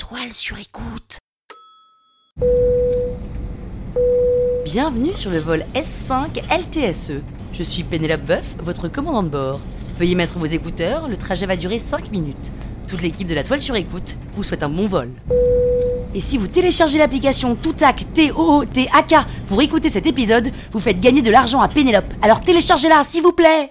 Toile sur écoute. Bienvenue sur le vol S5 LTSE. Je suis Pénélope Boeuf, votre commandant de bord. Veuillez mettre vos écouteurs, le trajet va durer 5 minutes. Toute l'équipe de la Toile sur écoute vous souhaite un bon vol. Et si vous téléchargez l'application Tootak, T-O-O-T-A-K, pour écouter cet épisode, vous faites gagner de l'argent à Pénélope. Alors téléchargez-la, s'il vous plaît.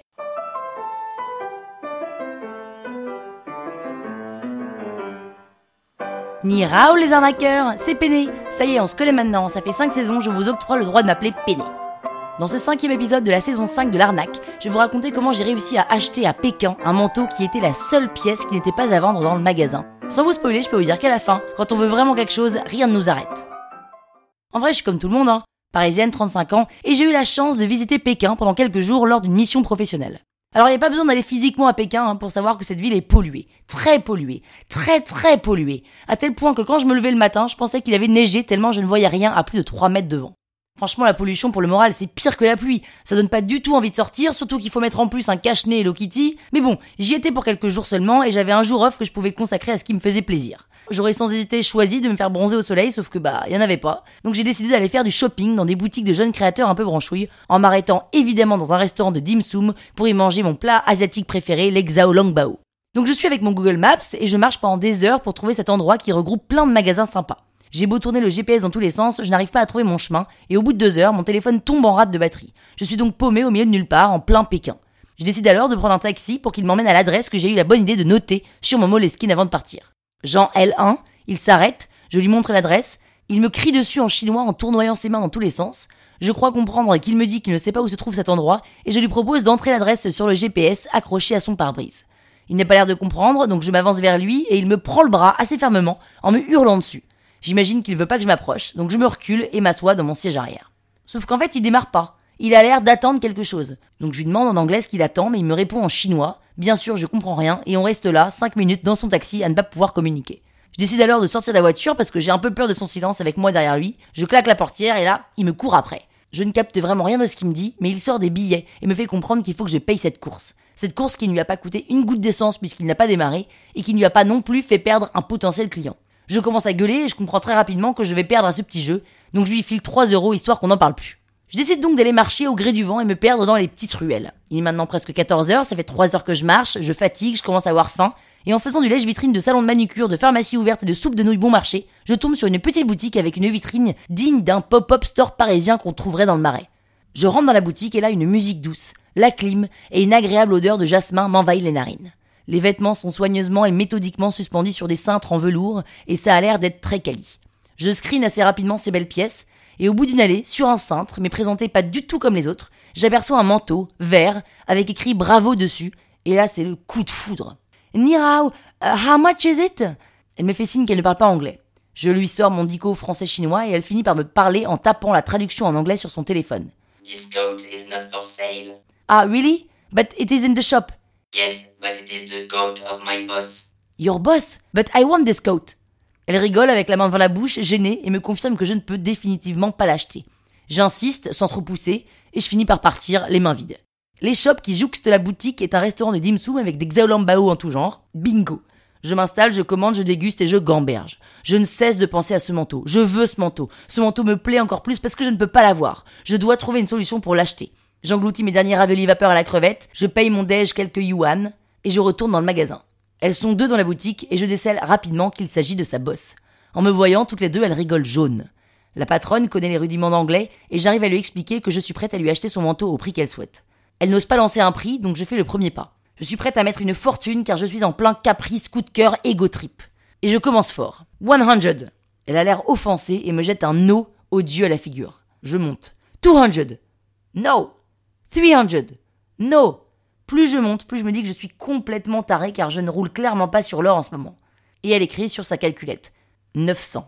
Ni Rao les arnaqueurs, c'est Péné. Ça y est, on se connaît maintenant, ça fait 5 saisons, je vous octroie le droit de m'appeler Péné. Dans ce 5e épisode de la saison 5 de l'arnaque, je vais vous raconter comment j'ai réussi à acheter à Pékin un manteau qui était la seule pièce qui n'était pas à vendre dans le magasin. Sans vous spoiler, je peux vous dire qu'à la fin, quand on veut vraiment quelque chose, rien ne nous arrête. En vrai, je suis comme tout le monde, parisienne, 35 ans, et j'ai eu la chance de visiter Pékin pendant quelques jours lors d'une mission professionnelle. Alors il n'y a pas besoin d'aller physiquement à Pékin pour savoir que cette ville est polluée, très polluée, à tel point que quand je me levais le matin, je pensais qu'il avait neigé tellement je ne voyais rien à plus de 3 mètres devant. Franchement, la pollution pour le moral, c'est pire que la pluie. Ça donne pas du tout envie de sortir, surtout qu'il faut mettre en plus un cache-nez Hello Kitty. Mais bon, j'y étais pour quelques jours seulement et j'avais un jour off que je pouvais consacrer à ce qui me faisait plaisir. J'aurais sans hésiter choisi de me faire bronzer au soleil, sauf que y en avait pas. Donc j'ai décidé d'aller faire du shopping dans des boutiques de jeunes créateurs un peu branchouilles, en m'arrêtant évidemment dans un restaurant de dim sum pour y manger mon plat asiatique préféré, l'exao langbao. Donc je suis avec mon Google Maps et je marche pendant des heures pour trouver cet endroit qui regroupe plein de magasins sympas. J'ai beau tourner le GPS dans tous les sens, je n'arrive pas à trouver mon chemin, et au bout de 2 heures, mon téléphone tombe en rate de batterie. Je suis donc paumé au milieu de nulle part, en plein Pékin. Je décide alors de prendre un taxi pour qu'il m'emmène à l'adresse que j'ai eu la bonne idée de noter sur mon Moleskine avant de partir. Jean L1, il s'arrête, je lui montre l'adresse, il me crie dessus en chinois en tournoyant ses mains dans tous les sens. Je crois comprendre qu'il me dit qu'il ne sait pas où se trouve cet endroit, et je lui propose d'entrer l'adresse sur le GPS accroché à son pare-brise. Il n'a pas l'air de comprendre, donc je m'avance vers lui, et il me prend le bras assez fermement, en me hurlant dessus. J'imagine qu'il veut pas que je m'approche, donc je me recule et m'assois dans mon siège arrière. Sauf qu'en fait, il démarre pas. Il a l'air d'attendre quelque chose. Donc je lui demande en anglais ce qu'il attend, mais il me répond en chinois. Bien sûr, je comprends rien, et on reste là, 5 minutes dans son taxi à ne pas pouvoir communiquer. Je décide alors de sortir de la voiture parce que j'ai un peu peur de son silence avec moi derrière lui. Je claque la portière et là, il me court après. Je ne capte vraiment rien de ce qu'il me dit, mais il sort des billets et me fait comprendre qu'il faut que je paye cette course. Cette course qui ne lui a pas coûté une goutte d'essence puisqu'il n'a pas démarré, et qui ne lui a pas non plus fait perdre un potentiel client. Je commence à gueuler et je comprends très rapidement que je vais perdre à ce petit jeu, donc je lui file 3 € histoire qu'on n'en parle plus. Je décide donc d'aller marcher au gré du vent et me perdre dans les petites ruelles. Il est maintenant presque 14h, ça fait 3 heures que je marche, je fatigue, je commence à avoir faim, et en faisant du lèche-vitrine de salon de manucure, de pharmacie ouverte et de soupe de nouilles bon marché, je tombe sur une petite boutique avec une vitrine digne d'un pop-up store parisien qu'on trouverait dans le Marais. Je rentre dans la boutique et là une musique douce, la clim et une agréable odeur de jasmin m'envahit les narines. Les vêtements sont soigneusement et méthodiquement suspendus sur des cintres en velours et ça a l'air d'être très quali. Je screen assez rapidement ces belles pièces et au bout d'une allée, sur un cintre, mais présenté pas du tout comme les autres, j'aperçois un manteau vert avec écrit Bravo dessus et là c'est le coup de foudre. Ni Rao, how much is it? Elle me fait signe qu'elle ne parle pas anglais. Je lui sors mon dico français-chinois et elle finit par me parler en tapant la traduction en anglais sur son téléphone. This coat is not for sale. Ah, really? But it is in the shop. Yes, but it is the coat of my boss. Your boss? But I want this coat. Elle rigole avec la main devant la bouche, gênée, et me confirme que je ne peux définitivement pas l'acheter. J'insiste, sans trop pousser, et je finis par partir, les mains vides. Les shops qui jouxtent la boutique est un restaurant de dim sum avec des xiaolongbao en tout genre. Bingo! Je m'installe, je commande, je déguste et je gamberge. Je ne cesse de penser à ce manteau. Je veux ce manteau. Ce manteau me plaît encore plus parce que je ne peux pas l'avoir. Je dois trouver une solution pour l'acheter. J'engloutis mes derniers raviolis vapeur à la crevette, je paye mon déj quelques yuan et je retourne dans le magasin. Elles sont 2 dans la boutique et je décèle rapidement qu'il s'agit de sa boss. En me voyant, toutes les 2, elles rigolent jaune. La patronne connaît les rudiments d'anglais et j'arrive à lui expliquer que je suis prête à lui acheter son manteau au prix qu'elle souhaite. Elle n'ose pas lancer un prix, donc je fais le premier pas. Je suis prête à mettre une fortune car je suis en plein caprice, coup de cœur, ego trip. Et je commence fort. 100. Elle a l'air offensée et me jette un no odieux à la figure. Je monte. 200. No. 300. No. Plus je monte, plus je me dis que je suis complètement taré car je ne roule clairement pas sur l'or en ce moment. Et elle écrit sur sa calculette. 900.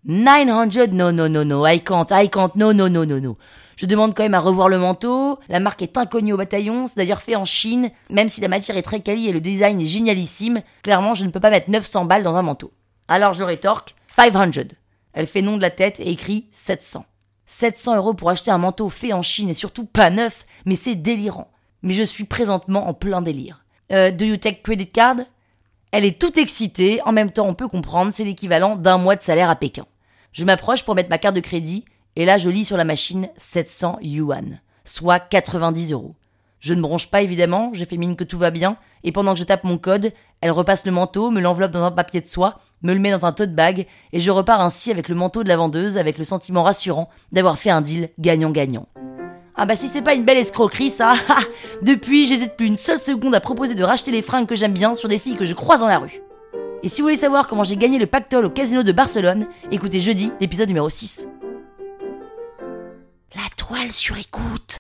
900. No. I can't. No. Je demande quand même à revoir le manteau. La marque est inconnue au bataillon. C'est d'ailleurs fait en Chine. Même si la matière est très quali et le design est génialissime, clairement, je ne peux pas mettre 900 balles dans un manteau. Alors je rétorque 500. Elle fait non de la tête et écrit 700. 700 € pour acheter un manteau fait en Chine et surtout pas neuf, mais c'est délirant. Mais je suis présentement en plein délire. Do you take credit card? Elle est toute excitée, en même temps on peut comprendre, c'est l'équivalent d'un mois de salaire à Pékin. Je m'approche pour mettre ma carte de crédit, et là je lis sur la machine 700 yuan, soit 90 €. Je ne bronche pas évidemment, je fais mine que tout va bien, et pendant que je tape mon code, elle repasse le manteau, me l'enveloppe dans un papier de soie, me le met dans un tote bag, et je repars ainsi avec le manteau de la vendeuse, avec le sentiment rassurant d'avoir fait un deal gagnant-gagnant. Ah bah si c'est pas une belle escroquerie ça. Depuis, j'hésite plus une seule seconde à proposer de racheter les fringues que j'aime bien sur des filles que je croise dans la rue. Et si vous voulez savoir comment j'ai gagné le pactole au casino de Barcelone, écoutez jeudi l'épisode numéro 6. La toile sur écoute.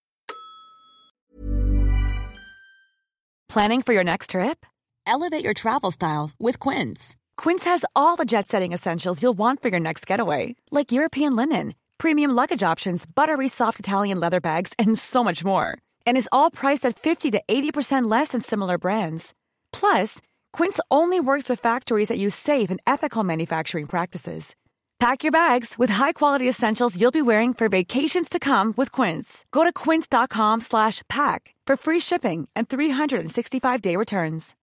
Planning for your next trip? Elevate your travel style with Quince. Quince has all the jet-setting essentials you'll want for your next getaway, like European linen, premium luggage options, buttery soft Italian leather bags, and so much more. And is all priced at 50 to 80% less than similar brands. Plus, Quince only works with factories that use safe and ethical manufacturing practices. Pack your bags with high-quality essentials you'll be wearing for vacations to come with Quince. Go to quince.com/pack for free shipping and 365-day returns.